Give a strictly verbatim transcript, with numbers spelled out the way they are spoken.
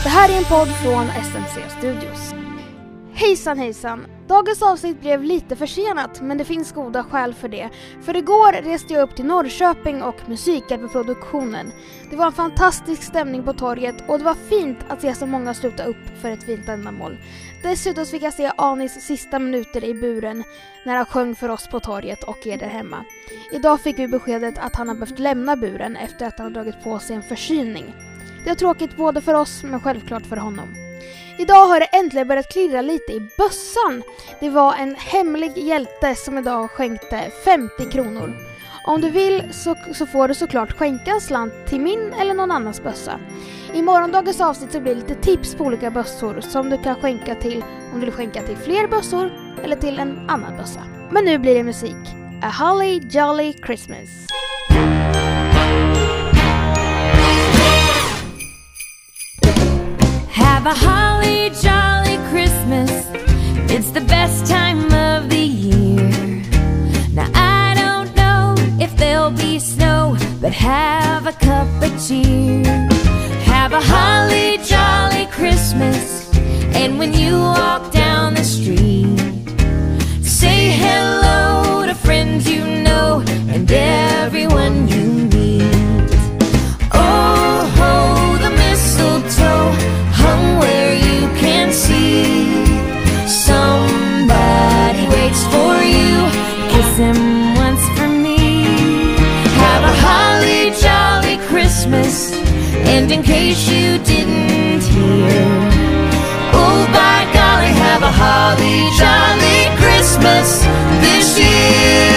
Det här är en podd från S M C Studios. Hejsan hejsan! Dagens avsnitt blev lite försenat, men det finns goda skäl för det. För igår reste jag upp till Norrköping och musikade på produktionen. Det var en fantastisk stämning på torget och det var fint att se så många sluta upp för ett fint ändamål. Dessutom fick jag se Anis sista minuter i buren när han sjöng för oss på torget och er där hemma. Idag fick vi beskedet att han har behövt lämna buren efter att han har dragit på sig en förkylning. Det är tråkigt både för oss men självklart för honom. Idag har det äntligen börjat klirra lite i bössan. Det var en hemlig hjälte som idag skänkte femtio kronor. Om du vill så, så får du såklart skänka en slant till min eller någon annans bössa. I morgondagens avsnitt så blir det lite tips på olika bössor som du kan skänka till om du vill skänka till fler bössor eller till en annan bössa. Men nu blir det musik. A Holly Jolly Christmas. Have a holly jolly Christmas. It's the best time of the year. Now I don't know if there'll be snow, but have a cup of cheer. Have a holly jolly Christmas. And when you walk down the street, say hello to friends you know and everyone you meet. Oh, ho, the mistletoe hung where you can see. Somebody waits for you. Kiss him once for me. Have a holly jolly Christmas. And in case you didn't hear, oh by golly, have a holly jolly Christmas this year.